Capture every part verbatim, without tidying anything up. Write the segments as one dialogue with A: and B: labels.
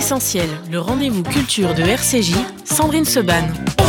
A: Essentiel, le rendez-vous culture de R C J, Sandrine Seban.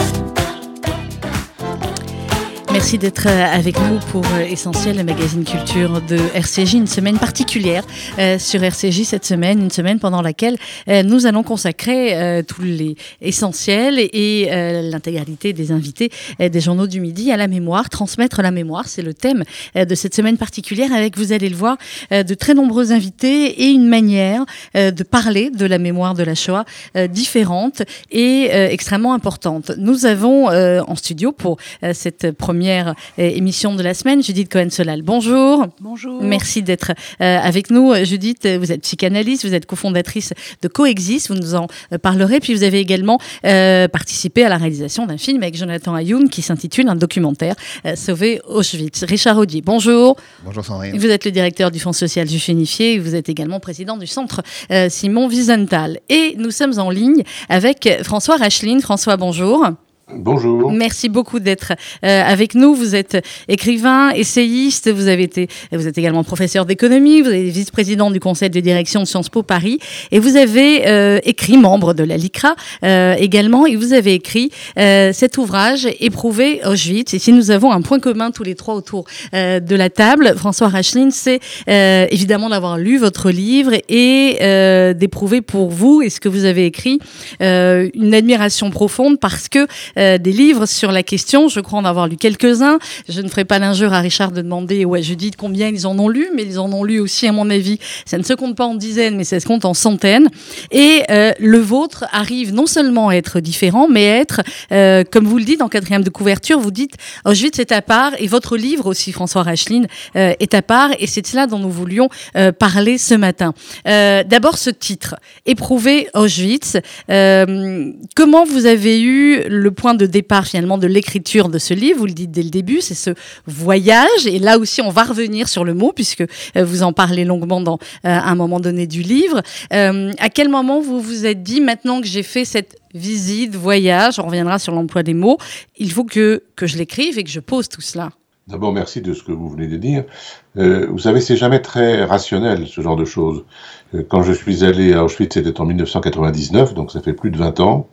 B: Merci d'être avec nous pour Essentiel, le magazine culture de R C J. Une semaine particulière euh, sur R C J cette semaine, une semaine pendant laquelle euh, nous allons consacrer euh, tous les essentiels et euh, l'intégralité des invités euh, des journaux du midi à la mémoire. Transmettre la mémoire, c'est le thème euh, de cette semaine particulière avec, vous allez le voir, euh, de très nombreux invités et une manière euh, de parler de la mémoire de la Shoah euh, différente et euh, extrêmement importante. Nous avons euh, en studio pour euh, cette première émission de la semaine, Judith Cohen-Solal. Bonjour.
C: Bonjour.
B: Merci d'être euh, avec nous. Judith, vous êtes psychanalyste, vous êtes cofondatrice de Coexiste, vous nous en parlerez. Puis vous avez également euh, participé à la réalisation d'un film avec Jonathan Ayoun qui s'intitule un documentaire, euh, Sauver Auschwitz. Richard Audier, bonjour.
D: Bonjour Sandrine.
B: Vous êtes le directeur du Fonds social juif unifié et vous êtes également président du centre euh, Simon Wiesenthal. Et nous sommes en ligne avec François Racheline. François, bonjour.
E: Bonjour.
B: Merci beaucoup d'être euh, avec nous. Vous êtes écrivain, essayiste, vous avez été, vous êtes également professeur d'économie, vous êtes vice-président du conseil de direction de Sciences Po Paris et vous avez euh, écrit, membre de la LICRA euh, également, et vous avez écrit euh, cet ouvrage Éprouver Auschwitz. Et si nous avons un point commun tous les trois autour euh, de la table, François Racheline, c'est euh, évidemment d'avoir lu votre livre et euh, d'éprouver pour vous et ce que vous avez écrit euh, une admiration profonde parce que Euh, des livres sur la question, je crois en avoir lu quelques-uns. Je ne ferai pas l'injure à Richard de demander ou à Judith combien ils en ont lu, mais ils en ont lu aussi, à mon avis. Ça ne se compte pas en dizaines, mais ça se compte en centaines. Et euh, le vôtre arrive non seulement à être différent, mais à être, euh, comme vous le dites en quatrième de couverture, vous dites Auschwitz est à part, et votre livre aussi, François Racheline, euh, est à part, et c'est de cela dont nous voulions euh, parler ce matin. Euh, d'abord, ce titre, Éprouver Auschwitz. Euh, comment vous avez eu le point de départ finalement de l'écriture de ce livre? Vous le dites dès le début, c'est ce voyage, et là aussi on va revenir sur le mot puisque euh, vous en parlez longuement dans euh, un moment donné du livre. Euh, à quel moment vous vous êtes dit, maintenant que j'ai fait cette visite, voyage, on reviendra sur l'emploi des mots, il faut que, que je l'écrive et que je pose tout cela?
E: D'abord, merci de ce que vous venez de dire. Euh, vous savez, c'est jamais très rationnel, ce genre de choses. Euh, quand je suis allé à Auschwitz, c'était en dix-neuf cent quatre-vingt-dix-neuf, donc ça fait plus de vingt ans,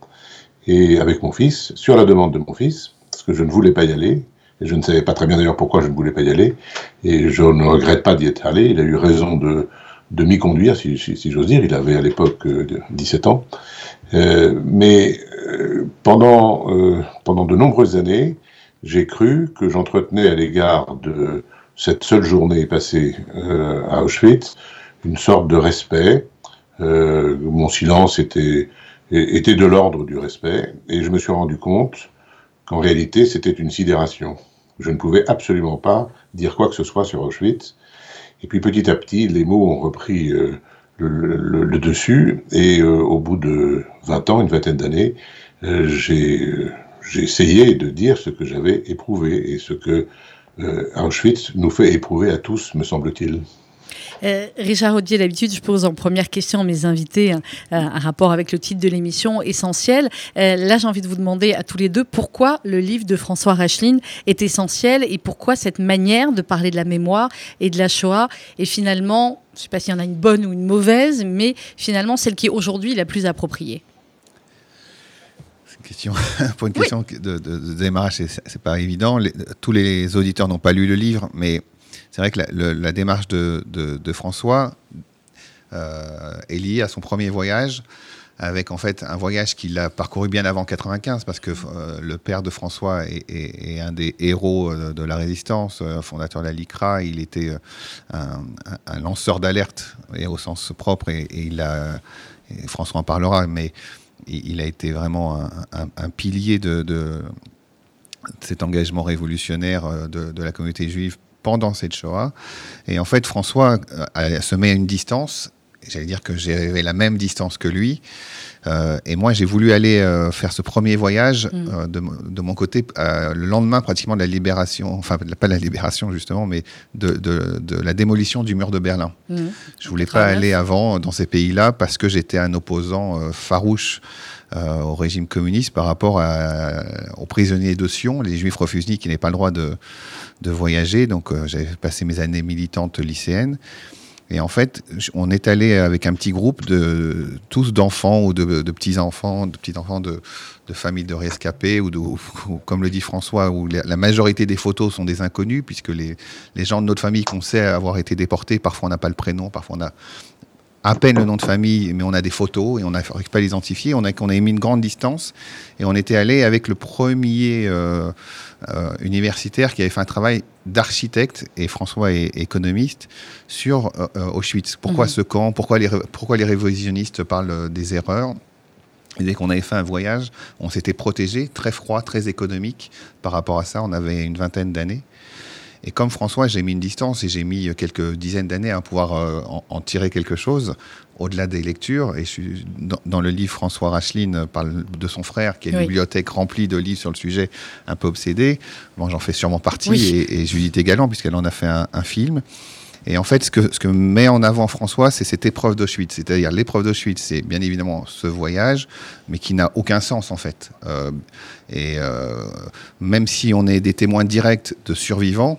E: et avec mon fils, sur la demande de mon fils, parce que je ne voulais pas y aller, et je ne savais pas très bien d'ailleurs pourquoi je ne voulais pas y aller, et je ne regrette pas d'y être allé. Il a eu raison de, de m'y conduire, si, si, si j'ose dire. Il avait à l'époque euh, dix-sept ans. Euh, mais euh, pendant, euh, pendant de nombreuses années, j'ai cru que j'entretenais à l'égard de cette seule journée passée euh, à Auschwitz une sorte de respect. Euh, mon silence était... était de l'ordre du respect, et je me suis rendu compte qu'en réalité, c'était une sidération. Je ne pouvais absolument pas dire quoi que ce soit sur Auschwitz. Et puis petit à petit, les mots ont repris euh, le, le, le dessus, et euh, au bout de vingt ans, une vingtaine d'années, euh, j'ai, euh, j'ai essayé de dire ce que j'avais éprouvé, et ce que euh, Auschwitz nous fait éprouver à tous, me semble-t-il.
B: Euh, Richard Audier, d'habitude, je pose en première question à mes invités hein, un rapport avec le titre de l'émission, Essentiel. Euh, là, j'ai envie de vous demander à tous les deux pourquoi le livre de François Racheline est essentiel et pourquoi cette manière de parler de la mémoire et de la Shoah est finalement, je ne sais pas s'il y en a une bonne ou une mauvaise, mais finalement celle qui est aujourd'hui la plus appropriée.
D: Question, pour une question oui. de, de, de démarrage, c'est, c'est pas évident. Les, tous les auditeurs n'ont pas lu le livre, mais c'est vrai que la, le, la démarche de, de, de François euh, est liée à son premier voyage, avec en fait un voyage qu'il a parcouru bien avant quatre-vingt-quinze, parce que euh, le père de François est, est, est un des héros de, de la résistance, euh, fondateur de la LICRA. Il était euh, un, un lanceur d'alerte, et au sens propre, et, et il a, et François en parlera, mais il, il a été vraiment un, un, un pilier de, de cet engagement révolutionnaire de, de la communauté juive pendant cette Shoah. Et en fait, François euh, se met à une distance, j'allais dire que j'avais la même distance que lui, euh, et moi j'ai voulu aller euh, faire ce premier voyage mmh. euh, de, de mon côté, euh, le lendemain pratiquement de la libération, enfin pas de la libération justement, mais de, de, de la démolition du mur de Berlin. Mmh. Je voulais pas aller avant dans ces pays-là parce que j'étais un opposant euh, farouche Euh, au régime communiste par rapport à, aux prisonniers de Sion, les juifs refusniks qui n'avaient pas le droit de, de voyager. Donc euh, j'avais passé mes années militantes lycéennes. Et en fait, on est allé avec un petit groupe de tous d'enfants ou de, de petits enfants, de petits enfants de, de familles de rescapés ou, de, ou comme le dit François, où la, la majorité des photos sont des inconnus, puisque les, les gens de notre famille qu'on sait avoir été déportés, parfois on n'a pas le prénom, parfois on a à peine le nom de famille, mais on a des photos et on n'arrive pas à les identifier. On a, on a mis une grande distance et on était allé avec le premier euh, euh, universitaire qui avait fait un travail d'architecte, et François est économiste, sur euh, Auschwitz. Pourquoi mmh. ce camp ? Pourquoi les, pourquoi les révisionnistes parlent des erreurs ? Et dès qu'on avait fait un voyage, on s'était protégé, très froid, très économique par rapport à ça. On avait une vingtaine d'années. Et comme François, j'ai mis une distance et j'ai mis quelques dizaines d'années à pouvoir euh, en, en tirer quelque chose, au-delà des lectures. Et je suis, dans, dans le livre, François Racheline parle de son frère, qui a une oui. bibliothèque remplie de livres sur le sujet, un peu obsédé. Bon, j'en fais sûrement partie, oui. et, et Judith également, puisqu'elle en a fait un, un film. Et en fait, ce que, ce que met en avant François, c'est cette épreuve d'Auschwitz. C'est-à-dire, l'épreuve d'Auschwitz, c'est bien évidemment ce voyage, mais qui n'a aucun sens, en fait. Euh, et euh, même si on est des témoins directs de survivants,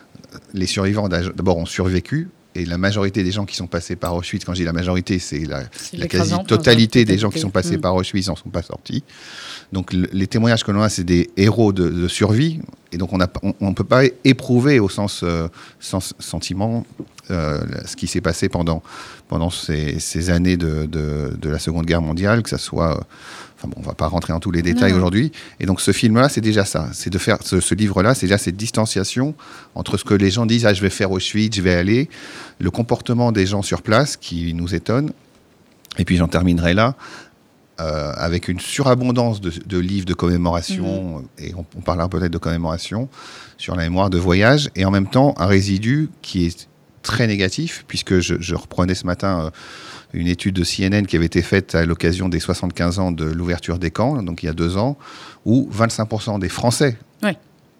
D: les survivants, d'abord, ont survécu, et la majorité des gens qui sont passés par Auschwitz, quand je dis la majorité, c'est la, la quasi-totalité des gens qui sont passés mmh. par Auschwitz n'en sont pas sortis. Donc le, les témoignages que l'on a, c'est des héros de, de survie, et donc on ne on, on peut pas éprouver au sens, euh, sens sentiment euh, ce qui s'est passé pendant, pendant ces, ces années de, de, de la Seconde Guerre mondiale, que ça soit... Euh, Enfin bon, on ne va pas rentrer dans tous les détails non. aujourd'hui. Et donc ce film-là, c'est déjà ça. C'est de faire ce, ce livre-là, c'est déjà cette distanciation entre ce que les gens disent, ah, je vais faire Auschwitz, je vais aller, le comportement des gens sur place qui nous étonne. Et puis j'en terminerai là, euh, avec une surabondance de, de livres de commémoration, mmh. et on, on parlera peut-être de commémoration, sur la mémoire de voyage, et en même temps un résidu qui est très négatif, puisque je, je reprenais ce matin... Euh, une étude de C N N qui avait été faite à l'occasion des soixante-quinze ans de l'ouverture des camps, donc il y a deux ans, où vingt-cinq pour cent des Français oui.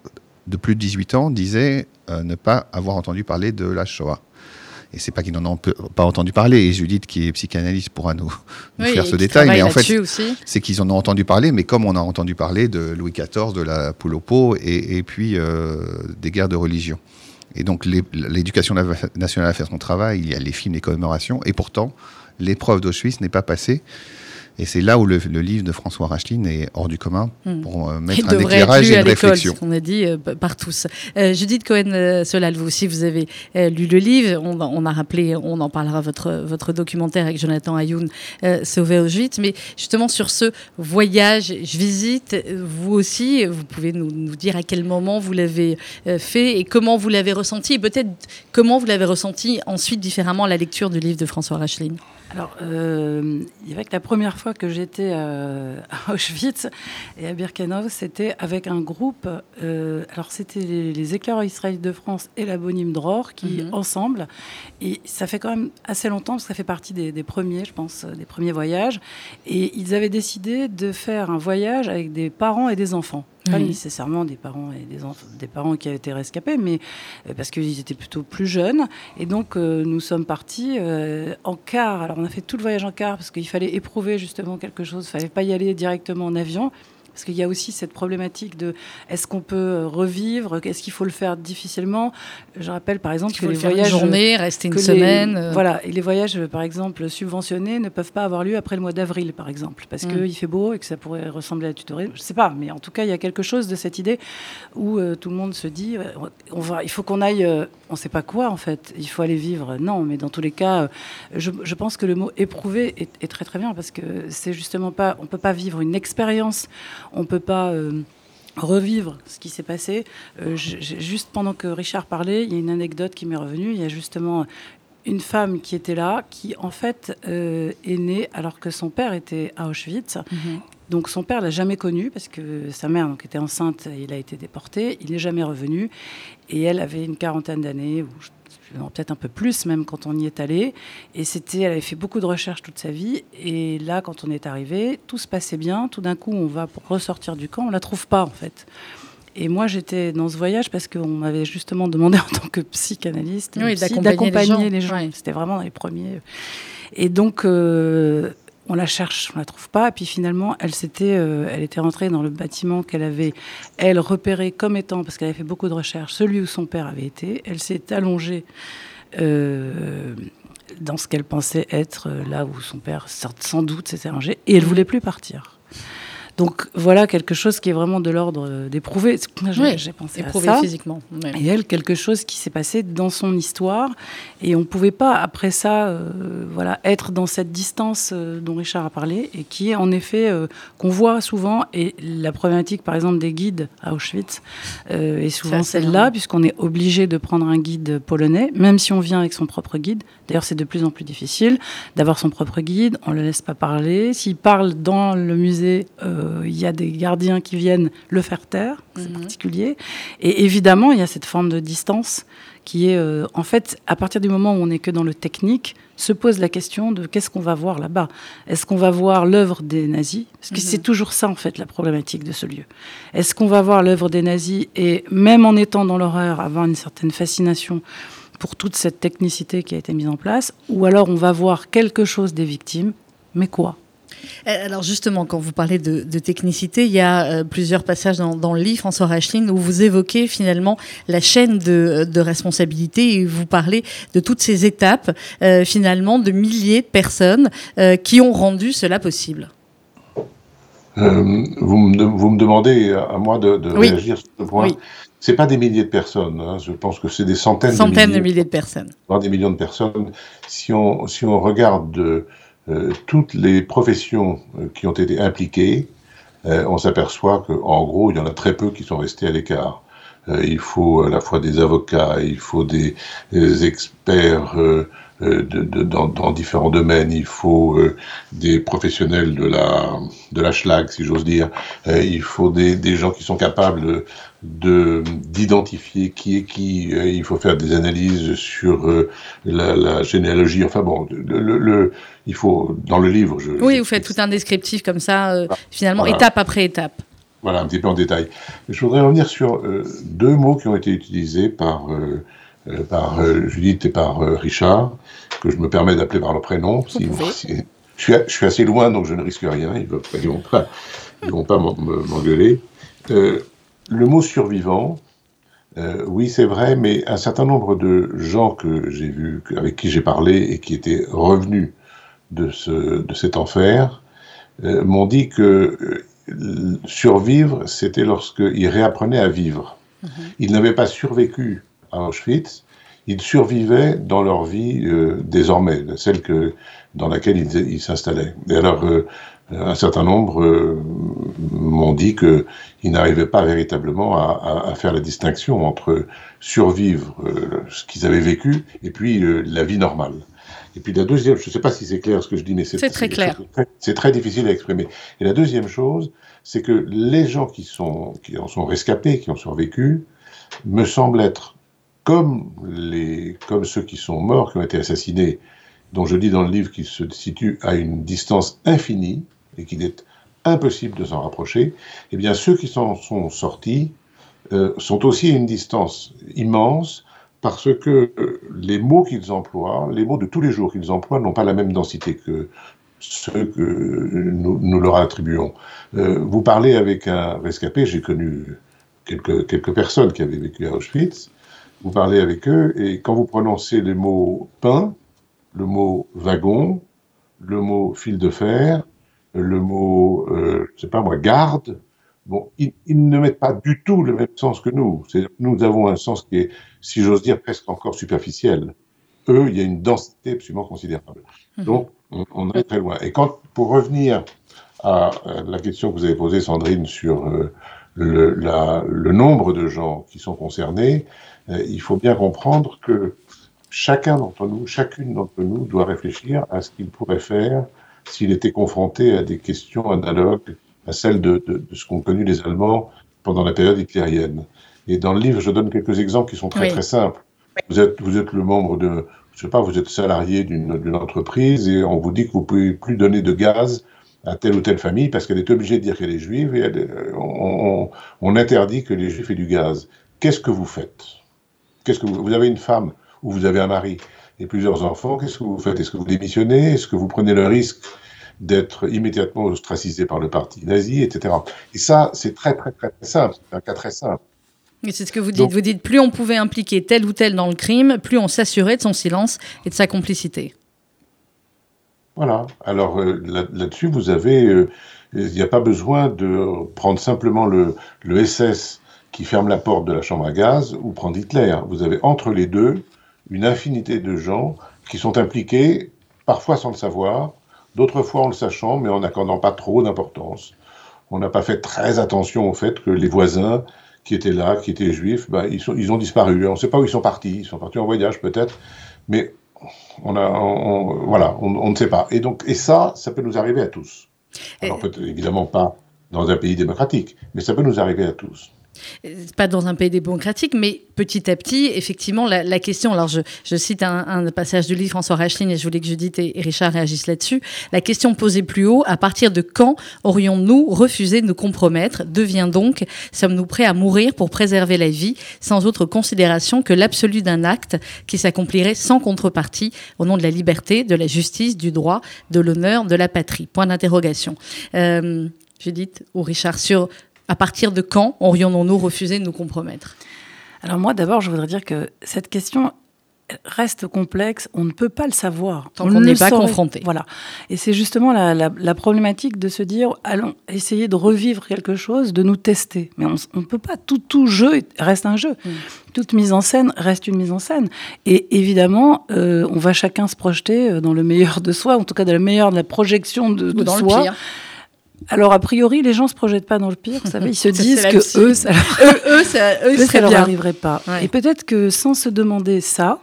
D: de plus de dix-huit ans disaient euh, ne pas avoir entendu parler de la Shoah. Et c'est pas qu'ils n'en ont pas entendu parler, et Judith, qui est psychanalyste, pourra nous, nous oui, faire ce détail, mais en fait, aussi. C'est qu'ils en ont entendu parler, mais comme on a entendu parler de Louis quatorze, de la poule au pot, et, et puis euh, des guerres de religion. Et donc les, l'éducation nationale a fait son travail, il y a les films, les commémorations, et pourtant, l'épreuve d'Auschwitz n'est pas passée. Et c'est là où le, le livre de François Racheline est hors du commun pour euh, mettre un éclairage et une réflexion.
B: Ce qu'on a dit euh, par tous. Euh, Judith Cohen-Solal, vous aussi, vous avez euh, lu le livre. On, on a rappelé, on en parlera, votre, votre documentaire avec Jonathan Ayoun, euh, Sauver Auschwitz. Mais justement, sur ce voyage, je visite, vous aussi, vous pouvez nous, nous dire à quel moment vous l'avez euh, fait et comment vous l'avez ressenti. Et peut-être comment vous l'avez ressenti ensuite différemment à la lecture du livre de François Racheline.
C: Alors, euh, il y avait que la première fois que j'étais euh, à Auschwitz et à Birkenau, c'était avec un groupe. Euh, alors, c'était les, les Éclaireurs Israélites de France et la Bonim Dror qui, mm-hmm. ensemble, et ça fait quand même assez longtemps, parce que ça fait partie des, des premiers, je pense, des premiers voyages. Et ils avaient décidé de faire un voyage avec des parents et des enfants. Pas oui. nécessairement des parents et des enfants, des parents qui avaient été rescapés, mais euh, parce qu'ils étaient plutôt plus jeunes. Et donc, euh, nous sommes partis euh, en car. Alors, on a fait tout le voyage en car parce qu'il fallait éprouver justement quelque chose. Il ne fallait pas y aller directement en avion. Parce qu'il y a aussi cette problématique de est-ce qu'on peut revivre, est-ce qu'il faut le faire difficilement. Je rappelle par exemple que les voyages,
B: une journée, rester une semaine.
C: Les, voilà, et les voyages par exemple subventionnés ne peuvent pas avoir lieu après le mois d'avril par exemple, parce mmh. qu'il fait beau et que ça pourrait ressembler à la tutorie. Je ne sais pas, mais en tout cas il y a quelque chose de cette idée où euh, tout le monde se dit, euh, on va, il faut qu'on aille, euh, on ne sait pas quoi en fait, il faut aller vivre. Non, mais dans tous les cas, euh, je, je pense que le mot éprouver est, est très très bien, parce que c'est justement pas, on ne peut pas vivre une expérience. On ne peut pas euh, revivre ce qui s'est passé. Euh, j- juste pendant que Richard parlait, il y a une anecdote qui m'est revenue. Il y a justement une femme qui était là, qui en fait euh, est née alors que son père était à Auschwitz. Mm-hmm. Donc son père l'a jamais connu parce que sa mère donc, était enceinte et il a été déporté. Il n'est jamais revenu. Et elle avait une quarantaine d'années, ou non, peut-être un peu plus même quand on y est allé. Et c'était, elle avait fait beaucoup de recherches toute sa vie. Et là, quand on est arrivé, tout se passait bien. Tout d'un coup, on va pour ressortir du camp. On ne la trouve pas, en fait. Et moi, j'étais dans ce voyage parce qu'on m'avait justement demandé en tant que psychanalyste
B: oui,
C: psy,
B: d'accompagner,
C: d'accompagner
B: les
C: les
B: gens.
C: gens.
B: Ouais.
C: C'était vraiment dans les premiers. Et donc... Euh, on la cherche, on la trouve pas. Et puis finalement, elle s'était, euh, elle était rentrée dans le bâtiment qu'elle avait, elle, repéré comme étant, parce qu'elle avait fait beaucoup de recherches, celui où son père avait été. Elle s'est allongée euh, dans ce qu'elle pensait être là où son père, sans doute, s'était rangé, et elle ne voulait plus partir. Donc voilà quelque chose qui est vraiment de l'ordre d'éprouver. J'ai,
B: oui,
C: j'ai pensé
B: éprouvé
C: à ça.
B: physiquement. Oui.
C: Et elle, quelque chose qui s'est passé dans son histoire. Et on ne pouvait pas, après ça, euh, voilà, être dans cette distance euh, dont Richard a parlé et qui est en effet, euh, qu'on voit souvent. Et la problématique, par exemple, des guides à Auschwitz euh, est souvent
B: ça,
C: celle-là,
B: c'est
C: puisqu'on est obligé de prendre un guide polonais, même si on vient avec son propre guide. D'ailleurs, c'est de plus en plus difficile d'avoir son propre guide. On ne le laisse pas parler. S'il parle dans le musée, euh, il y a des gardiens qui viennent le faire taire, c'est mmh. particulier. Et évidemment, il y a cette forme de distance qui est, euh, en fait, à partir du moment où on n'est que dans le technique, se pose la question de qu'est-ce qu'on va voir là-bas. Est-ce qu'on va voir l'œuvre des nazis ? Parce que mmh. c'est toujours ça, en fait, la problématique de ce lieu. Est-ce qu'on va voir l'œuvre des nazis et, même en étant dans l'horreur, avoir une certaine fascination pour toute cette technicité qui a été mise en place ? Ou alors on va voir quelque chose des victimes, mais quoi ?
B: Alors justement, quand vous parlez de, de technicité, il y a euh, plusieurs passages dans, dans le livre, François Rachline, où vous évoquez finalement la chaîne de, de responsabilité et vous parlez de toutes ces étapes, euh, finalement, de milliers de personnes euh, qui ont rendu cela possible.
E: Euh, vous, me, vous me demandez à moi de, de
B: oui.
E: réagir sur ce point.
B: Oui.
E: C'est pas des milliers de personnes, hein. Je pense que c'est des centaines,
B: centaines
E: de, milliers,
B: de milliers de personnes.
E: Voire des millions de personnes. Si on, si on regarde de, Euh, toutes les professions euh, qui ont été impliquées, euh, on s'aperçoit qu'en gros, il y en a très peu qui sont restés à l'écart. Euh, il faut à la fois des avocats, il faut des, des experts euh, euh, de, de, dans, dans différents domaines, il faut euh, des professionnels de la, de la schlag, si j'ose dire, euh, il faut des, des gens qui sont capables de, d'identifier qui est qui, euh, il faut faire des analyses sur euh, la, la généalogie, enfin bon, le, le, le, il faut, dans le livre... Je,
B: oui,
E: je,
B: vous faites tout un descriptif comme ça, euh, finalement,
E: voilà.
B: étape après étape.
E: Voilà, un petit peu en détail. Je voudrais revenir sur euh, deux mots qui ont été utilisés par, euh, euh, par euh, Judith et par euh, Richard, que je me permets d'appeler par leur prénom. Si, si, je, suis, je suis assez loin, donc je ne risque rien, ils ne vont pas, ils vont pas m'engueuler. Euh, le mot survivant, euh, oui c'est vrai, mais un certain nombre de gens que j'ai vus, avec qui j'ai parlé et qui étaient revenus de, ce, de cet enfer, euh, m'ont dit que... Euh, survivre, c'était lorsqu'ils réapprenaient à vivre. Mmh. Ils n'avaient pas survécu à Auschwitz, ils survivaient dans leur vie euh, désormais, celle que, dans laquelle ils, ils s'installaient. Et alors, euh, un certain nombre euh, m'ont dit qu'ils n'arrivaient pas véritablement à, à, à faire la distinction entre survivre euh, ce qu'ils avaient vécu et puis euh, la vie normale. Et puis la deuxième, je ne sais pas si c'est clair ce que je dis, mais c'est,
B: c'est très
E: c'est,
B: clair.
E: C'est très, c'est très difficile à exprimer. Et la deuxième chose, c'est que les gens qui, sont, qui en sont rescapés, qui ont survécu, me semblent être comme, les, comme ceux qui sont morts, qui ont été assassinés, dont je dis dans le livre qu'ils se situent à une distance infinie et qu'il est impossible de s'en rapprocher. Eh bien, ceux qui s'en sont sortis euh, sont aussi à une distance immense, parce que les mots qu'ils emploient, les mots de tous les jours qu'ils emploient, n'ont pas la même densité que ceux que nous, nous leur attribuons. Euh, vous parlez avec un rescapé, j'ai connu quelques, quelques personnes qui avaient vécu à Auschwitz, vous parlez avec eux, et quand vous prononcez les mots pain, le mot wagon, le mot fil de fer, le mot, euh, je sais pas moi, garde, bon, ils, ils ne mettent pas du tout le même sens que nous. C'est-à-dire que nous avons un sens qui est, si j'ose dire, presque encore superficiel. Eux, il y a une densité absolument considérable. Mmh. Donc, on, on est très loin. Et quand, pour revenir à la question que vous avez posée, Sandrine, sur euh, le, la, le nombre de gens qui sont concernés, euh, il faut bien comprendre que chacun d'entre nous, chacune d'entre nous doit réfléchir à ce qu'il pourrait faire s'il était confronté à des questions analogues à celles de, de, de ce qu'ont connu les Allemands pendant la période hitlérienne. Et dans le livre, je donne quelques exemples qui sont très, oui. très simples. Vous êtes, vous êtes le membre de, je sais pas, vous êtes salarié d'une, d'une entreprise et on vous dit que vous pouvez plus donner de gaz à telle ou telle famille parce qu'elle est obligée de dire qu'elle est juive et elle, on, on, on interdit que les juifs aient du gaz. Qu'est-ce que vous faites? Qu'est-ce que vous, vous avez une femme ou vous avez un mari et plusieurs enfants, qu'est-ce que vous faites? Est-ce que vous démissionnez? Est-ce que vous prenez le risque d'être immédiatement ostracisé par le parti nazi, et cetera. Et ça, c'est très, très, très, très simple. C'est un cas très simple.
B: Et c'est ce que vous dites.
E: Donc,
B: vous dites, plus on pouvait impliquer tel ou tel dans le crime, plus on s'assurait de son silence et de sa complicité.
E: Voilà. Alors euh, là, là-dessus, vous avez, euh, il n'y a pas besoin de prendre simplement le, le S S qui ferme la porte de la chambre à gaz ou prendre Hitler. Vous avez entre les deux une infinité de gens qui sont impliqués, parfois sans le savoir, d'autres fois en le sachant, mais en n'accordant pas trop d'importance. On n'a pas fait très attention au fait que les voisins qui étaient là, qui étaient juifs, ben, ils, sont, ils ont disparu. On ne sait pas où ils sont partis. Ils sont partis en voyage peut-être, mais on a, on, voilà, on, on ne sait pas. Et donc, et ça, ça peut nous arriver à tous. Alors peut-être évidemment pas dans un pays démocratique, mais ça peut nous arriver à tous.
B: Pas dans un pays démocratique, mais petit à petit, effectivement, la, la question, alors je, je cite un, un passage du livre François Racheline, et je voulais que Judith et, et Richard réagissent là-dessus, la question posée plus haut, à partir de quand aurions-nous refusé de nous compromettre, devient donc, sommes-nous prêts à mourir pour préserver la vie, sans autre considération que l'absolu d'un acte qui s'accomplirait sans contrepartie, au nom de la liberté, de la justice, du droit, de l'honneur, de la patrie. Point d'interrogation. Euh, Judith ou Richard, sur... À partir de quand aurions-nous refusé de nous compromettre ?
C: Alors moi, d'abord, je voudrais dire que cette question reste complexe. On ne peut pas le savoir.
B: Tant qu'on n'est pas confronté.
C: Voilà. Et c'est justement la, la, la problématique de se dire, allons essayer de revivre quelque chose, de nous tester. Mais on ne peut pas. Tout, tout jeu reste un jeu. Mmh. Toute mise en scène reste une mise en scène. Et évidemment, euh, on va chacun se projeter dans le meilleur de soi, en tout cas dans le meilleur de la projection de, de
B: Ou dans
C: soi.
B: Le pire.
C: Alors, a priori, les gens ne se projettent pas dans le pire. Vous savez, ils se disent que
B: psy.
C: eux, ça leur,
B: eux, eux, ça, eux,
C: eux, ça leur arriverait pas.
B: Ouais.
C: Et peut-être que sans se demander ça,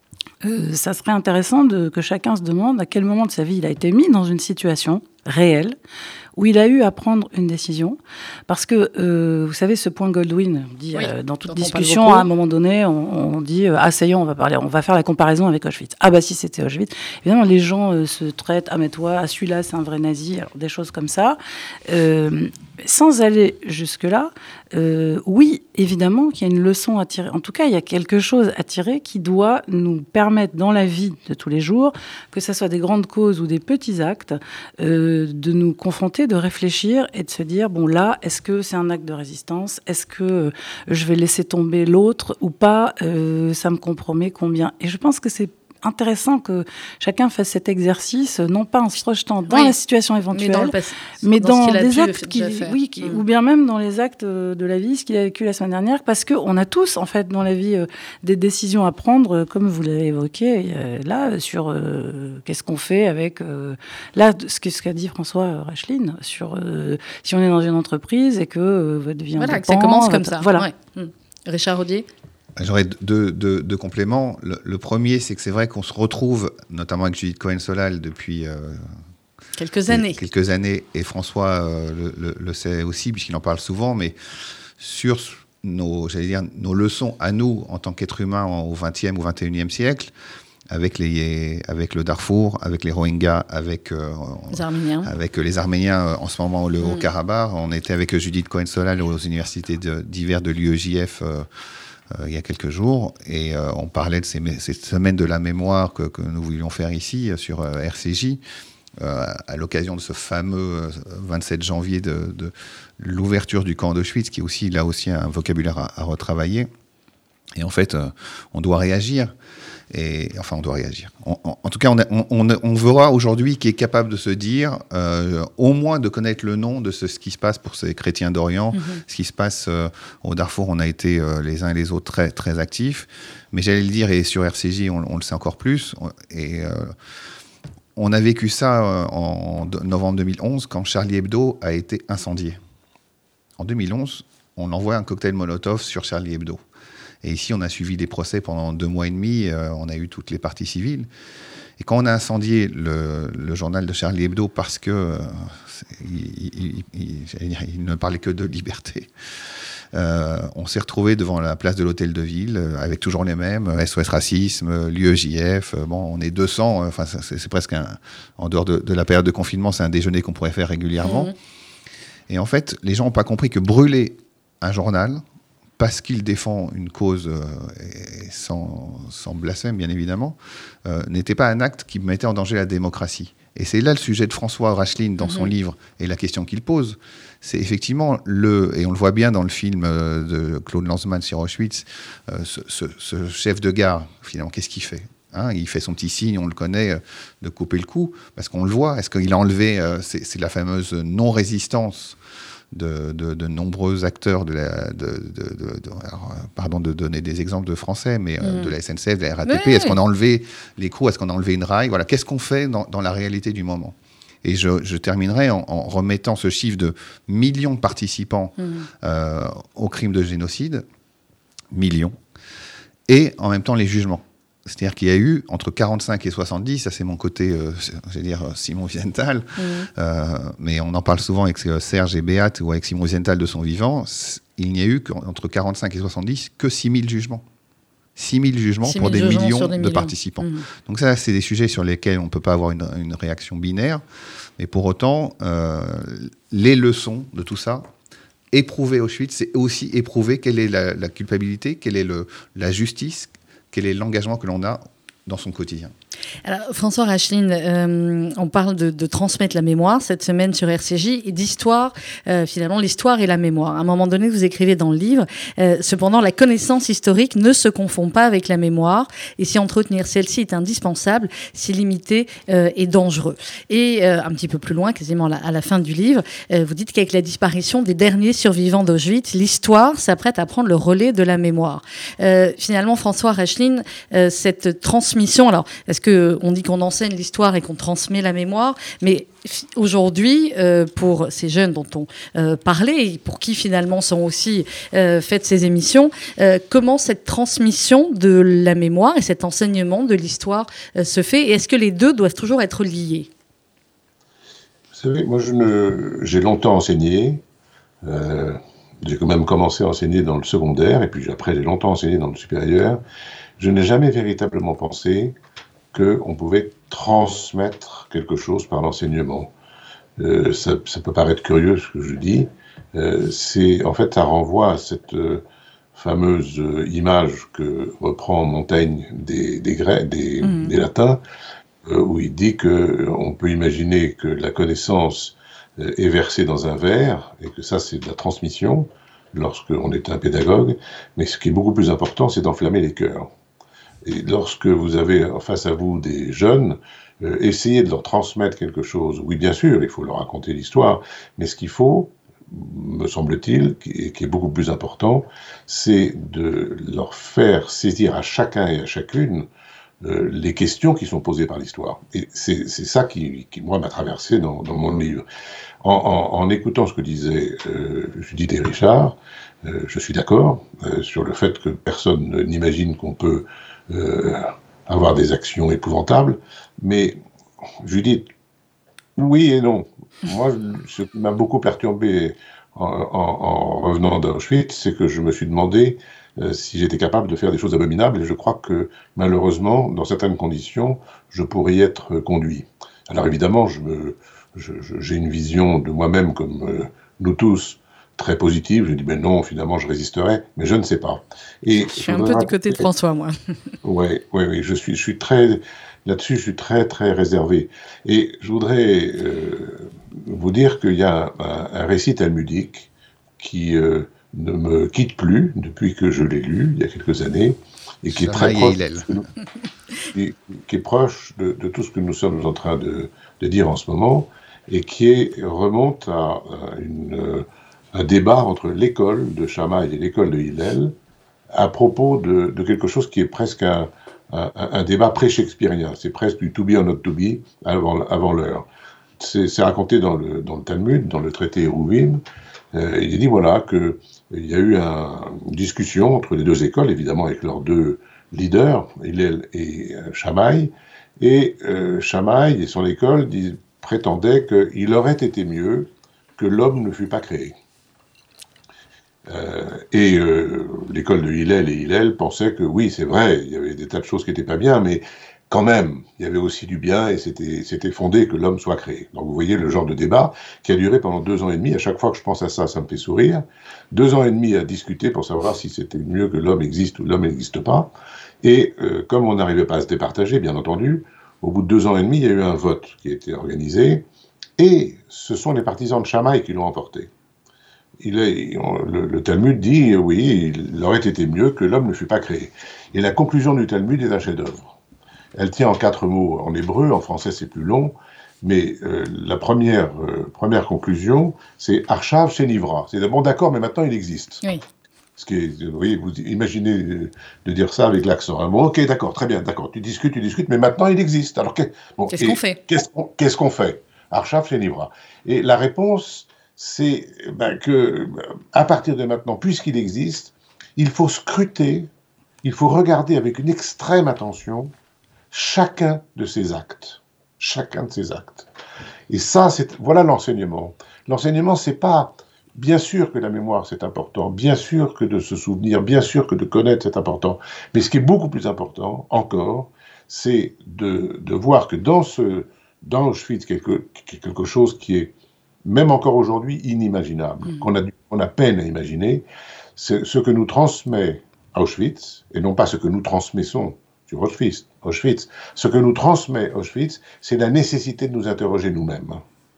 C: euh, ça serait intéressant de, que chacun se demande à quel moment de sa vie il a été mis dans une situation réelle où il a eu à prendre une décision. Parce que, euh, vous savez, ce point Goldwyn, on dit, oui, euh, dans toute discussion, à un moment donné, on, on dit, euh, ah, ça y est, on va parler, on va faire la comparaison avec Auschwitz. Ah, bah, si c'était Auschwitz. Évidemment, les gens euh, se traitent, ah, mais toi, ah, celui-là, c'est un vrai nazi, alors des choses comme ça. Euh, sans aller jusque-là, euh, oui, évidemment qu'il y a une leçon à tirer. En tout cas, il y a quelque chose à tirer qui doit nous permettre, dans la vie de tous les jours, que ce soit des grandes causes ou des petits actes, euh, de nous confronter, de réfléchir et de se dire, bon là, est-ce que c'est un acte de résistance ? Est-ce que euh, je vais laisser tomber l'autre ou pas ? euh, Ça me compromet combien ? Et je pense que c'est intéressant que chacun fasse cet exercice, non pas en se projetant dans oui, la situation éventuelle, mais dans, le passé, mais dans, dans des actes, qui, oui, qui, mmh. ou bien même dans les actes de la vie, ce qu'il a vécu la semaine dernière, parce qu'on a tous, en fait, dans la vie, euh, des décisions à prendre, comme vous l'avez évoqué, euh, là, sur euh, qu'est-ce qu'on fait avec, euh, là, ce, que, ce qu'a dit François Racheline, sur euh, si on est dans une entreprise et que euh, votre vie
B: voilà,
C: en dépend,
B: que ça commence comme ça.
C: Voilà.
B: Ouais. Mmh. Richard Rodier ?
D: J'aurais deux, deux, deux compléments. Le, le premier, c'est que c'est vrai qu'on se retrouve, notamment avec Judith Cohen-Solal depuis euh,
B: quelques années.
D: Quelques années, et François euh, le, le, le sait aussi, puisqu'il en parle souvent, mais sur nos, j'allais dire, nos leçons à nous, en tant qu'êtres humains au vingtième ou vingt et unième siècle, avec, les, avec le Darfour, avec les Rohingyas, avec, euh,
B: les Arméniens.
D: avec les Arméniens en ce moment, le mm. Haut-Karabakh. On était avec Judith Cohen-Solal aux universités de, d'hiver de l'U E J F euh, Euh, il y a quelques jours, et euh, on parlait de ces, ces semaines de la mémoire que, que nous voulions faire ici, sur euh, R C J, euh, à l'occasion de ce fameux vingt-sept janvier de, de l'ouverture du camp d'Auschwitz, qui est aussi, là aussi, un vocabulaire à, à retravailler. Et en fait, euh, on doit réagir. Et, enfin, on doit réagir. On, en, en tout cas, on, a, on, on, on verra aujourd'hui qui est capable de se dire, euh, au moins de connaître le nom de ce, ce qui se passe pour ces chrétiens d'Orient, mm-hmm. ce qui se passe euh, au Darfour. On a été euh, les uns et les autres très, très actifs. Mais j'allais le dire, et sur R C J, on, on le sait encore plus. Et euh, on a vécu ça euh, en novembre deux mille onze, quand Charlie Hebdo a été incendié. En deux mille onze, on envoie un cocktail Molotov sur Charlie Hebdo. Et ici, on a suivi des procès pendant deux mois et demi. Euh, on a eu toutes les parties civiles. Et quand on a incendié le, le journal de Charlie Hebdo parce que euh, il, il, il, il ne parlait que de liberté, euh, on s'est retrouvé devant la place de l'Hôtel de Ville euh, avec toujours les mêmes S O S Racisme, l'U E J F. Euh, bon, on est deux cents. Enfin, euh, c'est, c'est presque un, en dehors de, de la période de confinement, c'est un déjeuner qu'on pourrait faire régulièrement. Mmh. Et en fait, les gens n'ont pas compris que brûler un journal, parce qu'il défend une cause euh, sans, sans blasphème, bien évidemment, euh, n'était pas un acte qui mettait en danger la démocratie. Et c'est là le sujet de François Racheline dans mmh. son livre, et la question qu'il pose, c'est effectivement, le, et on le voit bien dans le film de Claude Lanzmann sur Auschwitz, euh, ce, ce, ce chef de gare, finalement, qu'est-ce qu'il fait ? Hein, il fait son petit signe, on le connaît, euh, de couper le cou, parce qu'on le voit. Est-ce qu'il a enlevé, euh, c'est, c'est la fameuse non-résistance de, de, de nombreux acteurs de la... De, de, de, de, alors, pardon de donner des exemples de français, mais euh, mmh. de la S N C F, de la R A T P. Oui, Est-ce oui. qu'on a enlevé les crocs? Est-ce qu'on a enlevé une rail? Voilà. Qu'est-ce qu'on fait dans, dans la réalité du moment? Et je, je terminerai en, en remettant ce chiffre de millions de participants mmh. euh, au crime de génocide, millions, et en même temps les jugements. C'est-à-dire qu'il y a eu, entre quarante-cinq et soixante-dix, ça c'est mon côté, euh, je vais dire, Simon Wiesenthal, mmh. euh, mais on en parle souvent avec Serge et Béate, ou avec Simon Wiesenthal de son vivant, il n'y a eu qu'entre quarante-cinq et soixante-dix que six mille jugements. six mille jugements six mille pour des millions des de millions. participants. Mmh. Donc ça, c'est des sujets sur lesquels on ne peut pas avoir une, une réaction binaire, mais pour autant, euh, les leçons de tout ça, éprouver Auschwitz, c'est aussi éprouver quelle est la, la culpabilité, quelle est le, la justice, quel est l'engagement que l'on a dans son quotidien.
B: Alors, François Racheline, euh, on parle de, de transmettre la mémoire cette semaine sur R C J et d'histoire, euh, finalement l'histoire et la mémoire. À un moment donné, vous écrivez dans le livre, euh, cependant la connaissance historique ne se confond pas avec la mémoire et si entretenir celle-ci est indispensable, si limiter euh, est dangereux. Et euh, un petit peu plus loin, quasiment à la, à la fin du livre, euh, vous dites qu'avec la disparition des derniers survivants d'Auschwitz, l'histoire s'apprête à prendre le relais de la mémoire. Euh, finalement, François Racheline, euh, cette transmission, alors est-ce que on dit qu'on enseigne l'histoire et qu'on transmet la mémoire, mais aujourd'hui, euh, pour ces jeunes dont on euh, parlait, et pour qui finalement sont aussi euh, faites ces émissions, euh, comment cette transmission de la mémoire et cet enseignement de l'histoire euh, se fait, et est-ce que les deux doivent toujours être liés?
E: Vous savez, moi je ne... j'ai longtemps enseigné, euh, j'ai quand même commencé à enseigner dans le secondaire, et puis après j'ai longtemps enseigné dans le supérieur. Je n'ai jamais véritablement pensé qu'on pouvait transmettre quelque chose par l'enseignement. Euh, ça, ça peut paraître curieux ce que je dis. Euh, c'est, en fait, ça renvoie à cette euh, fameuse euh, image que reprend Montaigne des, des Grecs, des, mmh. des Latins, euh, où il dit qu'on peut imaginer que la connaissance euh, est versée dans un verre, et que ça, c'est de la transmission, lorsqu'on est un pédagogue, mais ce qui est beaucoup plus important, c'est d'enflammer les cœurs. Et lorsque vous avez face à vous des jeunes, euh, essayez de leur transmettre quelque chose. Oui, bien sûr, il faut leur raconter l'histoire, mais ce qu'il faut, me semble-t-il, et qui est beaucoup plus important, c'est de leur faire saisir à chacun et à chacune euh, les questions qui sont posées par l'histoire. Et c'est, c'est ça qui, qui, moi, m'a traversé dans, dans mon livre. En, en, en écoutant ce que disait euh, Judith et Richard, euh, je suis d'accord euh, sur le fait que personne n'imagine qu'on peut Euh, avoir des actions épouvantables, mais Judith, oui et non. Moi, ce qui m'a beaucoup perturbé en, en, en revenant d'Auschwitz, c'est que je me suis demandé euh, si j'étais capable de faire des choses abominables, et je crois que malheureusement, dans certaines conditions, je pourrais y être conduit. Alors évidemment, je me, je, je, j'ai une vision de moi-même, comme euh, nous tous, très positive. Je dis, mais non, finalement, je résisterai, mais je ne sais pas. Et
B: je suis un peu du côté de François, moi.
E: Oui, oui, oui, je suis, je suis très, là-dessus, je suis très, très réservé. Et je voudrais euh, vous dire qu'il y a un, un récit talmudique qui euh, ne me quitte plus depuis que je l'ai lu, il y a quelques années, et qui est très proche, de nous, qui, qui est proche de, de tout ce que nous sommes en train de, de dire en ce moment, et qui est, remonte à, à une... un débat entre l'école de Shammai et l'école de Hillel à propos de, de quelque chose qui est presque un, un, un débat pré-shakespearien. C'est presque du to be or not to be avant, avant l'heure. C'est, c'est raconté dans le, dans le Talmud, dans le traité Eruvin. Euh, il est dit voilà qu'il y a eu un, une discussion entre les deux écoles, évidemment avec leurs deux leaders, Hillel et euh, Shammai. Et euh, Shammai et son école dis, prétendaient qu'il aurait été mieux que l'homme ne fût pas créé. Euh, et euh, l'école de Hillel et Hillel pensaient que oui, c'est vrai, il y avait des tas de choses qui n'étaient pas bien, mais quand même, il y avait aussi du bien et c'était, c'était fondé que l'homme soit créé. Donc vous voyez le genre de débat qui a duré pendant deux ans et demi. À chaque fois que je pense à ça, ça me fait sourire. Deux ans et demi à discuter pour savoir si c'était mieux que l'homme existe ou l'homme n'existe pas. Et euh, comme on n'arrivait pas à se départager, bien entendu, au bout de deux ans et demi, il y a eu un vote qui a été organisé et ce sont les partisans de Shammai qui l'ont emporté. Il est, le, le Talmud dit, oui, il aurait été mieux que l'homme ne fût pas créé. Et la conclusion du Talmud est un chef-d'œuvre. Elle tient en quatre mots en hébreu, en français c'est plus long, mais euh, la première, euh, première conclusion, c'est Arshav Shenivra. C'est bon, d'accord, mais maintenant il existe.
B: Oui.
E: Ce qui est, vous voyez, vous imaginez de dire ça avec l'accent. Hein. Bon, ok, d'accord, très bien, d'accord. Tu discutes, tu discutes, mais maintenant il existe. Alors que, bon,
B: qu'est-ce qu'on fait
E: Qu'est-ce qu'on, qu'est-ce qu'on fait Arshav Shenivra. Et la réponse, c'est ben, que à partir de maintenant, puisqu'il existe, il faut scruter, il faut regarder avec une extrême attention chacun de ses actes. Chacun de ses actes. Et ça, c'est, voilà l'enseignement. L'enseignement, c'est pas, bien sûr que la mémoire, c'est important, bien sûr que de se souvenir, bien sûr que de connaître, c'est important. Mais ce qui est beaucoup plus important, encore, c'est de, de voir que dans, ce, dans Auschwitz, quelque, quelque chose qui est, même encore aujourd'hui, inimaginable, mmh. qu'on a, qu'on a peine à imaginer, c'est ce que nous transmet Auschwitz, et non pas ce que nous transmettons sur Auschwitz. Auschwitz. Ce que nous transmet Auschwitz, c'est la nécessité de nous interroger nous-mêmes.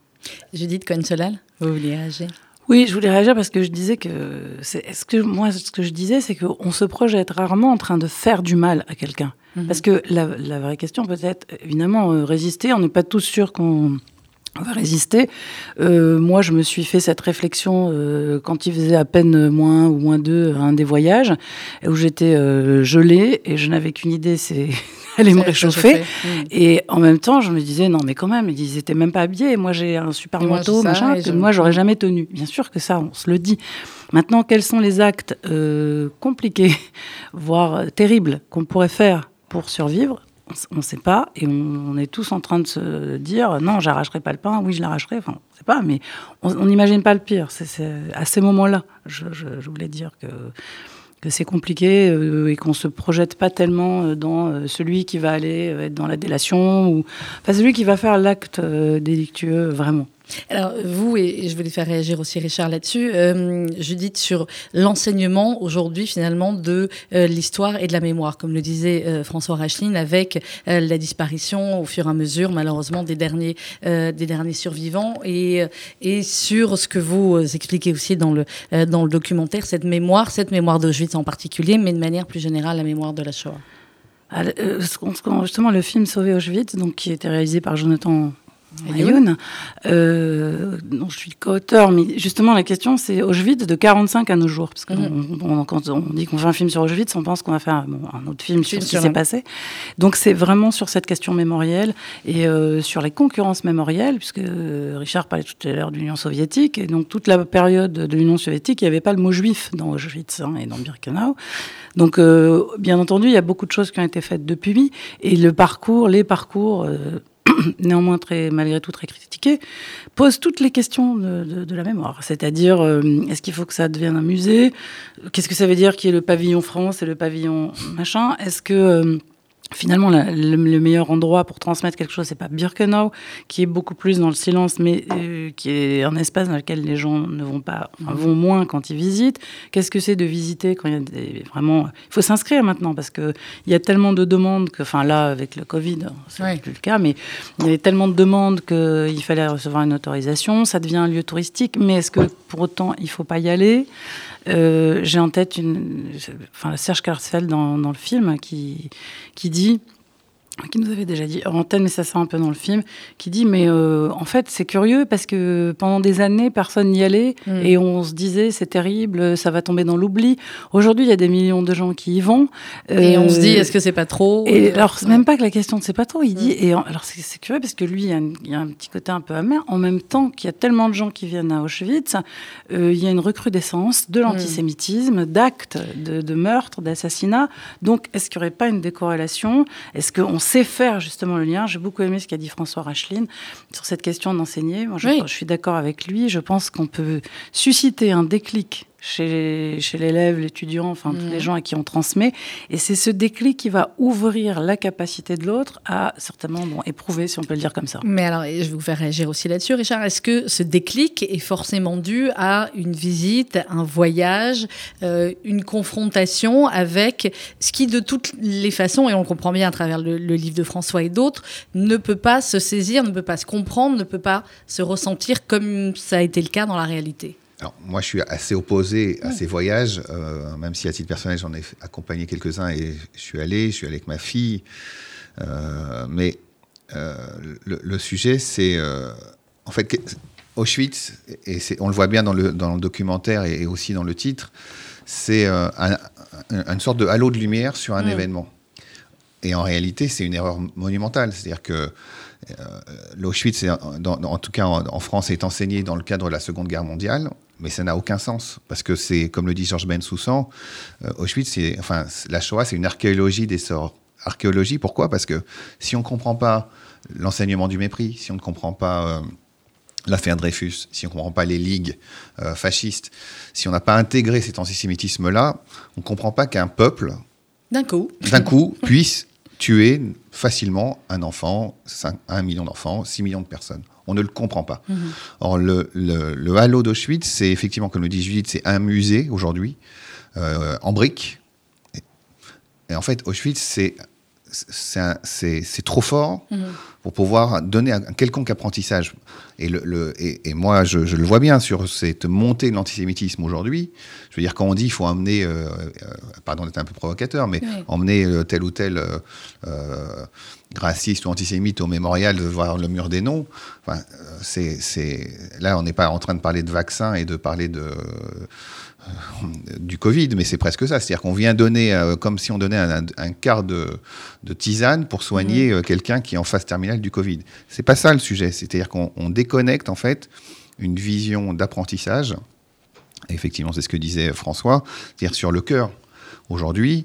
B: Judith Cohen-Solal, vous vouliez réagir ?
C: Oui, je voulais réagir parce que je disais que, c'est, est-ce que moi, ce que je disais, c'est qu'on se projette rarement en train de faire du mal à quelqu'un. Mmh. Parce que la, la vraie question peut être, évidemment, euh, résister. On n'est pas tous sûrs qu'on on va résister. Euh, moi, je me suis fait cette réflexion euh, quand il faisait à peine moins un ou moins deux à un des voyages, où j'étais euh, gelée et je n'avais qu'une idée, c'est aller me réchauffer. Mmh. Et en même temps, je me disais, non, mais quand même, ils étaient même pas habillés. Moi, j'ai un super et manteau, moi, machin, que je... moi, j'aurais jamais tenu. Bien sûr que ça, on se le dit. Maintenant, quels sont les actes euh, compliqués, voire terribles, qu'on pourrait faire pour survivre ? On ne sait pas, et on, on est tous en train de se dire non, j'arracherai pas le pain, oui, je l'arracherai, enfin, on ne sait pas, mais on n'imagine pas le pire. C'est, c'est à ces moments-là, je, je, je voulais dire que, que c'est compliqué euh, et qu'on ne se projette pas tellement dans euh, celui qui va aller euh, être dans la délation, ou enfin, celui qui va faire l'acte euh, délictueux, vraiment.
B: Alors, vous, et je voulais faire réagir aussi Richard là-dessus, euh, Judith, sur l'enseignement aujourd'hui, finalement, de euh, l'histoire et de la mémoire, comme le disait euh, François Racheline, avec euh, la disparition, au fur et à mesure, malheureusement, des derniers, euh, des derniers survivants, et, et sur ce que vous expliquez aussi dans le, euh, dans le documentaire, cette mémoire, cette mémoire d'Auschwitz en particulier, mais de manière plus générale, la mémoire de la Shoah.
C: Alors, euh, justement, le film Sauver Auschwitz, donc, qui a été réalisé par Jonathan Ayoun, euh, dont je suis co-auteur, mais justement la question c'est Auschwitz de quarante-cinq à nos jours, parce que mmh. on, on, quand on dit qu'on fait un film sur Auschwitz, on pense qu'on va faire bon, un autre film, film sur ce qui s'est passé. Donc c'est vraiment sur cette question mémorielle et euh, sur les concurrences mémorielles, puisque euh, Richard parlait tout à l'heure de l'Union soviétique, et donc toute la période de l'Union soviétique, il n'y avait pas le mot juif dans Auschwitz hein, et dans Birkenau. Donc euh, bien entendu, il y a beaucoup de choses qui ont été faites depuis, et le parcours, les parcours... Euh, néanmoins très, malgré tout très critiqué, pose toutes les questions de, de, de la mémoire. C'est-à-dire, euh, est-ce qu'il faut que ça devienne un musée ? Qu'est-ce que ça veut dire qu'il y ait le pavillon France et le pavillon machin ? Est-ce que... Euh, Finalement, la, le, le meilleur endroit pour transmettre quelque chose, c'est pas Birkenau, qui est beaucoup plus dans le silence, mais euh, qui est un espace dans lequel les gens ne vont pas, enfin, vont moins quand ils visitent. Qu'est-ce que c'est de visiter quand il y a des, vraiment, il faut s'inscrire maintenant parce que il y a tellement de demandes que, enfin là, avec le Covid, c'est ouais. plus le cas, mais il y avait tellement de demandes qu'il fallait recevoir une autorisation. Ça devient un lieu touristique, mais est-ce que pour autant il faut pas y aller ? Euh, j'ai en tête une, enfin Serge Klarsfeld dans, dans le film qui qui dit, qui nous avait déjà dit hors antenne, mais ça sort un peu dans le film, qui dit mais euh, en fait c'est curieux parce que pendant des années personne n'y allait mmh. et on se disait c'est terrible, ça va tomber dans l'oubli. Aujourd'hui il y a des millions de gens qui y vont
B: euh, et on se dit est-ce que c'est pas trop
C: et euh, alors c'est même pas que la question de c'est pas trop, il dit mmh. et en, alors c'est, c'est curieux parce que lui il y, a une, il y a un petit côté un peu amer en même temps qu'il y a tellement de gens qui viennent à Auschwitz, euh, il y a une recrudescence de l'antisémitisme, mmh. d'actes de, de meurtres, d'assassinats. Donc est-ce qu'il n'y aurait pas une décorrélation ? Est-ce qu'on sait faire justement le lien ? J'ai beaucoup aimé ce qu'a dit François Racheline sur cette question d'enseigner. Moi, je, oui. je suis d'accord avec lui. Je pense qu'on peut susciter un déclic chez, chez l'élève, l'étudiant, enfin mmh. tous les gens à qui on transmet. Et c'est ce déclic qui va ouvrir la capacité de l'autre à certainement bon, éprouver, si on peut le dire comme ça.
B: Mais alors, je vais vous faire réagir aussi là-dessus, Richard. Est-ce que ce déclic est forcément dû à une visite, un voyage, euh, une confrontation avec ce qui, de toutes les façons, et on le comprend bien à travers le, le livre de François et d'autres, ne peut pas se saisir, ne peut pas se comprendre, ne peut pas se ressentir comme ça a été le cas dans la réalité ?
D: Alors, moi, je suis assez opposé à ces voyages, euh, même si à titre personnel, j'en ai accompagné quelques-uns et je suis allé, je suis allé avec ma fille. Euh, mais euh, le, le sujet, c'est euh, en fait Auschwitz, et c'est, on le voit bien dans le, dans le documentaire et, et aussi dans le titre, c'est euh, un, un, une sorte de halo de lumière sur un mmh. événement. Et en réalité, c'est une erreur monumentale. C'est-à-dire que euh, l'Auschwitz, dans, dans, en tout cas en, en France, est enseigné dans le cadre de la Seconde Guerre mondiale, mais ça n'a aucun sens. Parce que c'est, comme le dit Georges Bensoussan, euh, Auschwitz, c'est, enfin, la Shoah, c'est une archéologie des sorts. Archéologie, pourquoi ? Parce que si on ne comprend pas l'enseignement du mépris, si on ne comprend pas euh, l'affaire Dreyfus, si on ne comprend pas les ligues euh, fascistes, si on n'a pas intégré cet antisémitisme-là, on ne comprend pas qu'un peuple,
B: d'un coup,
D: d'un coup puisse tuer facilement un enfant, cinq, un million d'enfants, six millions de personnes. On ne le comprend pas. Mmh. Or, le, le, le halo d'Auschwitz, c'est effectivement, comme le dit Judith, c'est un musée aujourd'hui, euh, en briques. Et, et en fait, Auschwitz, c'est, c'est, un, c'est, c'est trop fort mmh. pour pouvoir donner un, un quelconque apprentissage. Et, le, le, et, et moi, je, je le vois bien sur cette montée de l'antisémitisme aujourd'hui. Je veux dire, quand on dit qu'il faut emmener, euh, euh, pardon d'être un peu provocateur, mais oui. emmener euh, tel ou tel euh, euh, raciste ou antisémite au mémorial de voir le mur des noms, enfin, euh, c'est, c'est... là, on n'est pas en train de parler de vaccins et de parler de... du Covid, mais c'est presque ça. C'est-à-dire qu'on vient donner, euh, comme si on donnait un, un quart de, de tisane pour soigner mmh. euh, quelqu'un qui est en phase terminale du Covid. C'est pas ça le sujet. C'est-à-dire qu'on on déconnecte en fait une vision d'apprentissage. Et effectivement, c'est ce que disait François, c'est-à-dire sur le cœur. Aujourd'hui,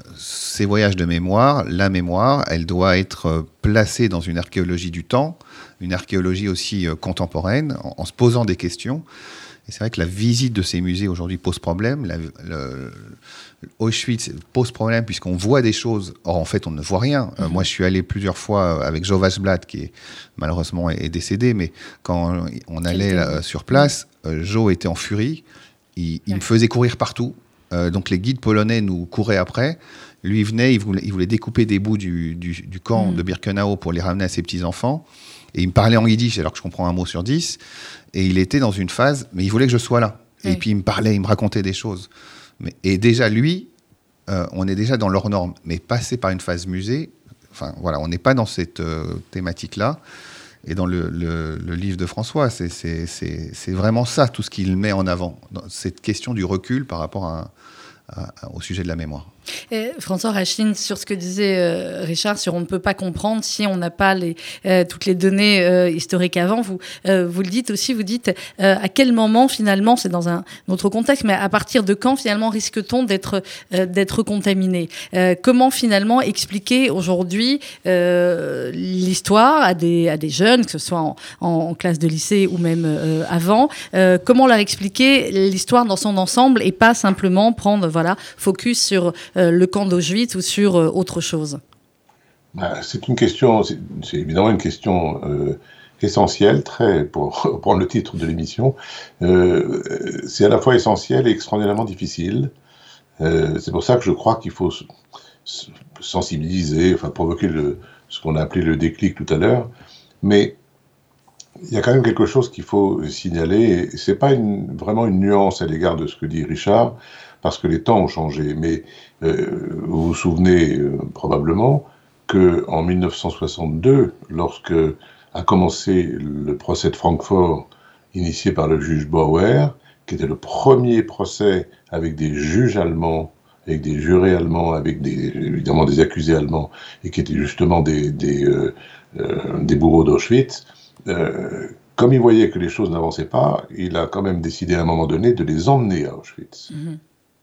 D: ces voyages de mémoire, la mémoire, elle doit être placée dans une archéologie du temps, une archéologie aussi euh, contemporaine, en, en se posant des questions. Et c'est vrai que la visite de ces musées aujourd'hui pose problème. La, le, Auschwitz pose problème puisqu'on voit des choses. Or, en fait, on ne voit rien. Mmh. Euh, moi, je suis allé plusieurs fois avec Joe Vassblad, qui est, malheureusement est, est décédé, mais quand on allait là, sur place, euh, Joe était en furie. Il, il ouais. me faisait courir partout. Euh, donc, les guides polonais nous couraient après. Lui, il venait, il voulait, il voulait découper des bouts du, du, du camp mmh. de Birkenau pour les ramener à ses petits-enfants. Et il me parlait en yiddish, alors que je comprends un mot sur dix. Et il était dans une phase, mais il voulait que je sois là. Oui. Et puis il me parlait, il me racontait des choses. Mais, et déjà, lui, euh, on est déjà dans leurs normes. Mais passer par une phase musée, enfin voilà, on n'est pas dans cette euh, thématique-là. Et dans le, le, le livre de François, c'est, c'est, c'est, c'est vraiment ça, tout ce qu'il met en avant. Cette question du recul par rapport à, à, au sujet de la mémoire.
B: Et François Rachine, sur ce que disait euh, Richard, sur on ne peut pas comprendre si on n'a pas les, euh, toutes les données euh, historiques avant, vous, euh, vous le dites aussi, vous dites euh, à quel moment finalement, c'est dans un autre contexte, mais à partir de quand finalement risque-t-on d'être, euh, d'être contaminé ? euh, Comment finalement expliquer aujourd'hui euh, l'histoire à des, à des jeunes, que ce soit en, en, en classe de lycée ou même euh, avant, euh, comment leur expliquer l'histoire dans son ensemble et pas simplement prendre voilà, focus sur Euh, le camp d'Auschwitz ou sur euh, autre chose ?
E: Bah, c'est une question, c'est, c'est évidemment une question euh, essentielle, très, pour reprendre le titre de l'émission. Euh, c'est à la fois essentiel et extraordinairement difficile. Euh, c'est pour ça que je crois qu'il faut s- s- sensibiliser, enfin provoquer le, ce qu'on a appelé le déclic tout à l'heure. Mais il y a quand même quelque chose qu'il faut signaler. Et c'est pas une, vraiment une nuance à l'égard de ce que dit Richard, parce que les temps ont changé. Mais euh, vous vous souvenez euh, probablement qu'en dix-neuf cent soixante-deux, lorsque a commencé le procès de Francfort initié par le juge Bauer, qui était le premier procès avec des juges allemands, avec des jurés allemands, avec des, évidemment des accusés allemands, et qui étaient justement des, des, euh, euh, des bourreaux d'Auschwitz, euh, comme il voyait que les choses n'avançaient pas, il a quand même décidé à un moment donné de les emmener à Auschwitz. Mmh.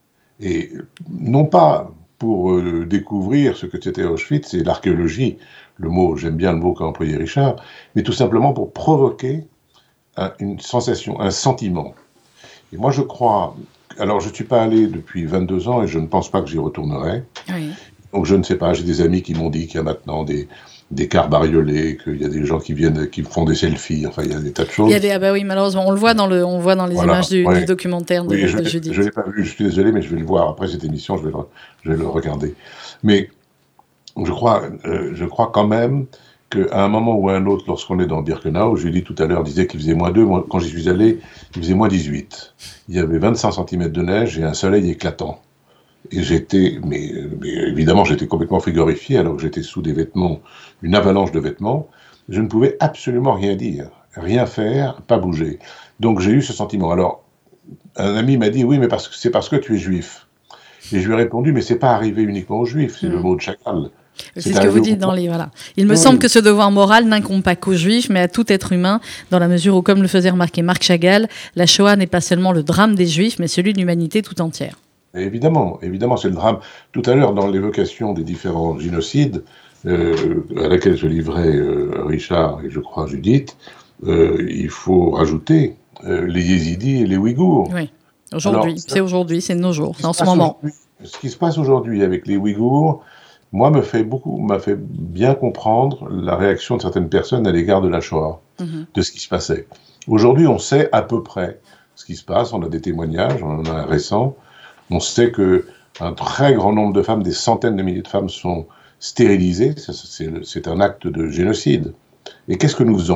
E: Et non pas pour euh, découvrir ce que c'était Auschwitz et l'archéologie, le mot, j'aime bien le mot qu'a employé Richard, mais tout simplement pour provoquer un, une sensation, un sentiment. Et moi je crois, alors je ne suis pas allé depuis vingt-deux ans et je ne pense pas que j'y retournerai, oui. Donc je ne sais pas, j'ai des amis qui m'ont dit qu'il y a maintenant des... des cars bariolés, qu'il y a des gens qui viennent, qui font des selfies, enfin, il y a des tas de choses.
B: Il y a des, ah bah oui, malheureusement, on le voit dans, le, on le voit dans les voilà, images du, ouais. du documentaire de,
E: oui, je,
B: de Judith.
E: Je ne l'ai pas vu, je suis désolé, mais je vais le voir après cette émission, je vais le, je vais le regarder. Mais je crois, euh, je crois quand même qu'à un moment ou à un autre, lorsqu'on est dans Birkenau, Judith tout à l'heure disait qu'il faisait moins deux, moi, quand j'y suis allé, il faisait moins dix-huit. Il y avait vingt-cinq centimètres de neige et un soleil éclatant. Et j'étais, mais, mais évidemment, j'étais complètement frigorifié alors que j'étais sous des vêtements, une avalanche de vêtements. Je ne pouvais absolument rien dire, rien faire, pas bouger. Donc j'ai eu ce sentiment. Alors, un ami m'a dit, oui, mais parce que c'est parce que tu es juif. Et je lui ai répondu, mais c'est pas arrivé uniquement aux juifs, c'est mmh. le mot de Chagall.
B: C'est, c'est ce que vous dites dans les... Voilà. Il me oui. semble que ce devoir moral n'incombe pas qu'aux juifs, mais à tout être humain, dans la mesure où, comme le faisait remarquer Marc Chagall, la Shoah n'est pas seulement le drame des juifs, mais celui de l'humanité tout entière.
E: Et évidemment, évidemment, c'est le drame. Tout à l'heure, dans l'évocation des différents génocides, euh, à laquelle se livrait euh, Richard et je crois Judith, euh, il faut rajouter euh, les Yézidis et les Ouïghours.
B: Oui, aujourd'hui, Alors, c'est aujourd'hui, c'est de nos jours, c'est en ce moment.
E: Ce qui se passe aujourd'hui avec les Ouïghours, moi, me fait beaucoup, m'a fait bien comprendre la réaction de certaines personnes à l'égard de la Shoah, mmh. de ce qui se passait. Aujourd'hui, on sait à peu près ce qui se passe, on a des témoignages, on en a un récent, on sait qu'un très grand nombre de femmes, des centaines de milliers de femmes sont stérilisées, c'est, c'est, c'est un acte de génocide. Et qu'est-ce que nous faisons ?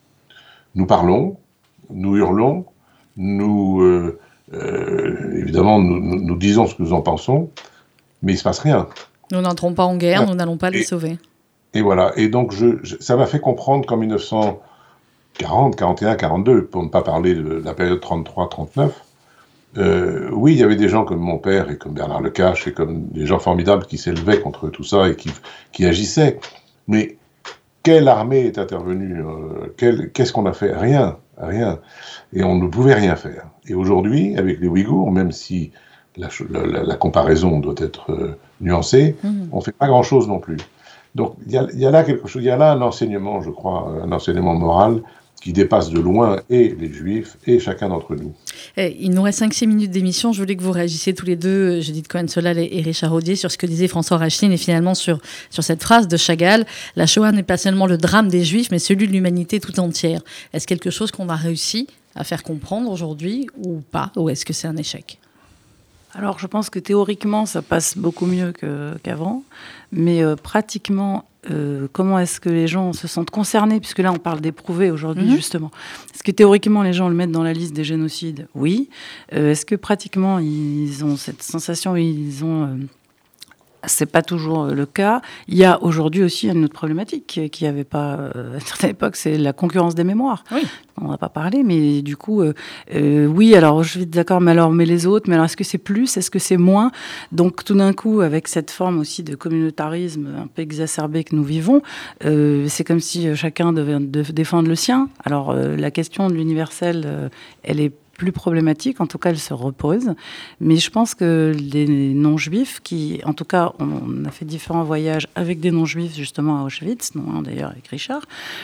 E: Nous parlons, nous hurlons, nous, euh, euh, évidemment, nous, nous, nous disons ce que nous en pensons, mais il ne se passe rien.
B: Nous n'entrons pas en guerre, nous n'allons pas les sauver.
E: Et voilà. Et donc, je, je, ça m'a fait comprendre qu'en dix-neuf cent quarante, quarante et un, quarante-deux, pour ne pas parler de la période trente-trois trente-neuf, euh, oui, il y avait des gens comme mon père et comme Bernard Lecache et comme des gens formidables qui s'élevaient contre tout ça et qui, qui agissaient. Mais quelle armée est intervenue euh, quel, Qu'est-ce qu'on a fait ? Rien, rien. Et on ne pouvait rien faire. Et aujourd'hui, avec les Ouïghours, même si La, la, la comparaison doit être euh, nuancée, mmh. on ne fait pas grand-chose non plus. Donc il y, y a là quelque chose, il y a là un enseignement, je crois, un enseignement moral qui dépasse de loin et les Juifs et chacun d'entre nous.
B: Et il nous reste cinq six minutes d'émission. Je voulais que vous réagissiez tous les deux, Judith Cohen-Solal et Richard Audier, sur ce que disait François Racheline et finalement sur, sur cette phrase de Chagall. La Shoah n'est pas seulement le drame des Juifs, mais celui de l'humanité tout entière. Est-ce quelque chose qu'on a réussi à faire comprendre aujourd'hui ou pas ? Ou est-ce que c'est un échec ?
C: Alors, je pense que théoriquement, ça passe beaucoup mieux que, qu'avant, mais euh, pratiquement, euh, comment est-ce que les gens se sentent concernés ? Puisque là, on parle d'éprouver aujourd'hui, mmh. justement. Est-ce que théoriquement, les gens le mettent dans la liste des génocides ? Oui. Euh, est-ce que pratiquement, ils ont cette sensation, ils ont... Euh, c'est pas toujours le cas. Il y a aujourd'hui aussi une autre problématique qui n'y avait pas euh, à une certaine époque, c'est la concurrence des mémoires.
B: Oui.
C: On n'a pas parlé, mais du coup, euh, euh, oui, alors je suis d'accord, mais alors, mais les autres, mais alors est-ce que c'est plus, est-ce que c'est moins ? Donc tout d'un coup, avec cette forme aussi de communautarisme un peu exacerbé que nous vivons, euh, c'est comme si chacun devait de défendre le sien. Alors euh, la question de l'universel, euh, elle est plus problématique, en tout cas elle se repose, mais je pense que les non-juifs qui, en tout cas on a fait différents voyages avec des non-juifs justement à Auschwitz, non d'ailleurs avec Richard,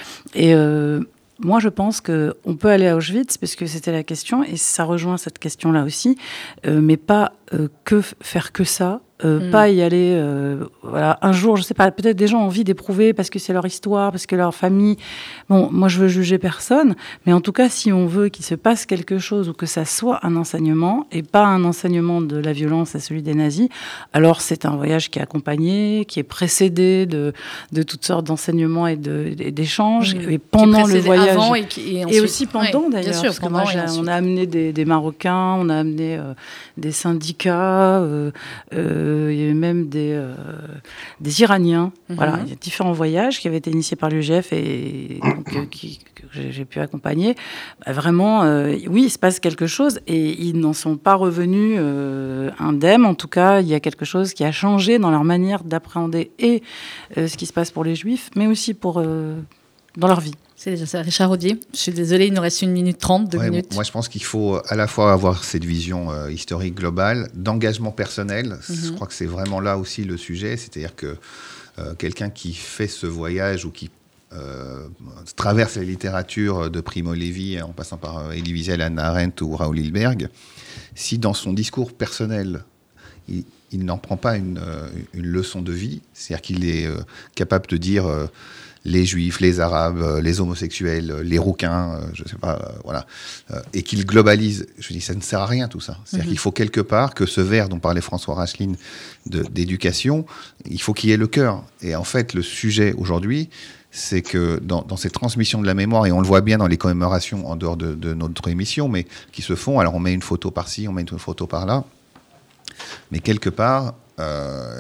C: et euh, moi je pense qu'on peut aller à Auschwitz parce que c'était la question, et ça rejoint cette question-là aussi, euh, mais pas euh, que faire que ça, Euh, mmh. pas y aller, euh, voilà, un jour, je sais pas, peut-être des gens ont envie d'éprouver parce que c'est leur histoire, parce que leur famille. Bon, moi je veux juger personne, mais en tout cas, si on veut qu'il se passe quelque chose ou que ça soit un enseignement et pas un enseignement de la violence à celui des nazis, alors c'est un voyage qui est accompagné, qui est précédé de, de toutes sortes d'enseignements et, de, et d'échanges, mmh. et pendant le voyage
B: avant et, qui, et, ensuite,
C: et aussi pendant, oui, d'ailleurs,
B: sûr,
C: parce que moi, on a amené des, des Marocains, on a amené euh, des syndicats. Euh, euh, il y avait même des, euh, des Iraniens. Mm-hmm. Voilà, il y a différents voyages qui avaient été initiés par l'U G F et donc, euh, qui, que j'ai, j'ai pu accompagner. Bah, vraiment, euh, oui, il se passe quelque chose et ils n'en sont pas revenus euh, indemnes. En tout cas, il y a quelque chose qui a changé dans leur manière d'appréhender et euh, ce qui se passe pour les Juifs, mais aussi pour, euh, dans leur vie.
B: C'est déjà ça. Richard Audier, je suis désolée, il nous reste une minute trente, deux
D: ouais,
B: minutes.
D: Moi, je pense qu'il faut à la fois avoir cette vision euh, historique globale, d'engagement personnel. Mm-hmm. Je crois que c'est vraiment là aussi le sujet. C'est-à-dire que euh, quelqu'un qui fait ce voyage ou qui euh, traverse la littérature de Primo Levi, en passant par Elie Wiesel, Hannah Arendt ou Raoul Hilberg, si dans son discours personnel, il, il n'en prend pas une, une leçon de vie, c'est-à-dire qu'il est euh, capable de dire... Euh, les juifs, les arabes, les homosexuels, les rouquins, je ne sais pas, euh, voilà, euh, et qu'ils globalisent. Je dis, ça ne sert à rien tout ça. C'est-à-dire mm-hmm. qu'il faut quelque part que ce vers dont parlait François Racheline de, d'éducation, il faut qu'il y ait le cœur. Et en fait, le sujet aujourd'hui, c'est que dans, dans cette transmission de la mémoire, et on le voit bien dans les commémorations en dehors de, de notre émission, mais qui se font, alors on met une photo par-ci, on met une photo par-là, Mais quelque part, euh,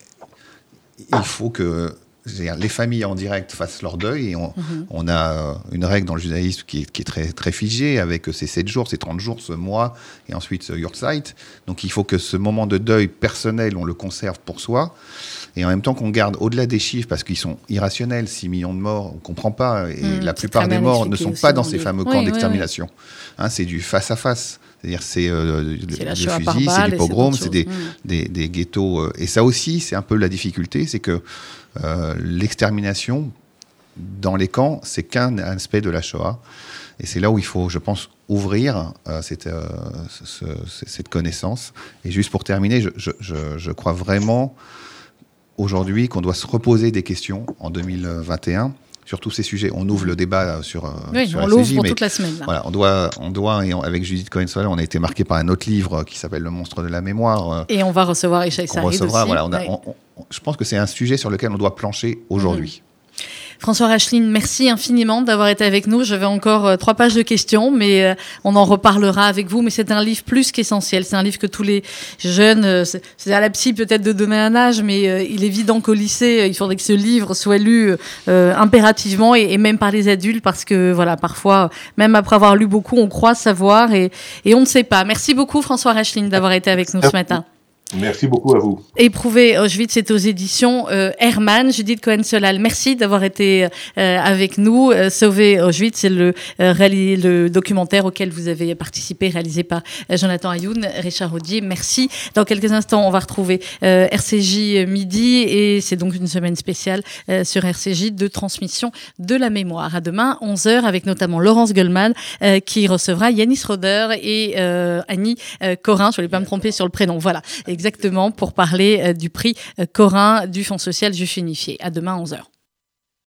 D: il faut que les familles en direct fassent leur deuil. Et on, mmh. on a une règle dans le judaïsme qui est, qui est très, très figée, avec ces sept jours, ces trente jours, ce mois, et ensuite ce Yahrzeit. Donc il faut que ce moment de deuil personnel, on le conserve pour soi. Et en même temps qu'on garde au-delà des chiffres, parce qu'ils sont irrationnels, six millions de morts, on ne comprend pas. Et mmh, la plupart des morts ne sont pas dans ces fameux camps oui, d'extermination. Oui, oui. Hein, c'est du face-à-face. C'est-à-dire c'est, euh, c'est le, le fusil, c'est du pogrom, c'est, c'est des, mmh. des, des ghettos. Euh, et ça aussi, c'est un peu la difficulté, c'est que euh, l'extermination dans les camps, c'est qu'un aspect de la Shoah. Et c'est là où il faut, je pense, ouvrir euh, cette, euh, ce, ce, cette connaissance. Et juste pour terminer, je, je, je, je crois vraiment aujourd'hui qu'on doit se reposer des questions en deux mille vingt et un sur tous ces sujets. On ouvre le débat sur,
B: oui,
D: sur
B: on l'ouvre pour toute la semaine. Là.
D: Voilà, on doit, on doit, et on, avec Judith Cohen-Soler, on a été marqué par un autre livre qui s'appelle Le monstre de la mémoire.
B: Et on va recevoir Ishaï Sarid aussi.
D: Voilà, on a, oui. on, on, je pense que c'est un sujet sur lequel on doit plancher aujourd'hui.
B: Mmh. François Racheline, merci infiniment d'avoir été avec nous. J'avais encore euh, trois pages de questions, mais euh, on en reparlera avec vous. Mais c'est un livre plus qu'essentiel. C'est un livre que tous les jeunes, euh, c'est, c'est à la psy peut-être de donner un âge, mais euh, il est évident qu'au lycée, euh, il faudrait que ce livre soit lu euh, impérativement et, et même par les adultes, parce que voilà, parfois, même après avoir lu beaucoup, on croit savoir et, et on ne sait pas. Merci beaucoup François Racheline d'avoir été avec nous ce matin.
E: Merci beaucoup à vous.
B: Éprouver Auschwitz, c'est aux éditions euh, Hermann. Judith Cohen-Solal, merci d'avoir été euh, avec nous. Euh, Sauver Auschwitz, c'est le, euh, réali- le documentaire auquel vous avez participé, réalisé par euh, Jonathan Ayoun, Richard Audier. Merci. Dans quelques instants, on va retrouver euh, R C J Midi et c'est donc une semaine spéciale euh, sur R C J de transmission de la mémoire. À demain, onze heures, avec notamment Laurence Goldman euh, qui recevra Yanis Roder et euh, Annie euh, Corin. Je ne voulais pas me tromper sur le prénom. Voilà. Et exactement, pour parler euh, du prix euh, Corin du Fonds social juif unifié. À demain, onze heures.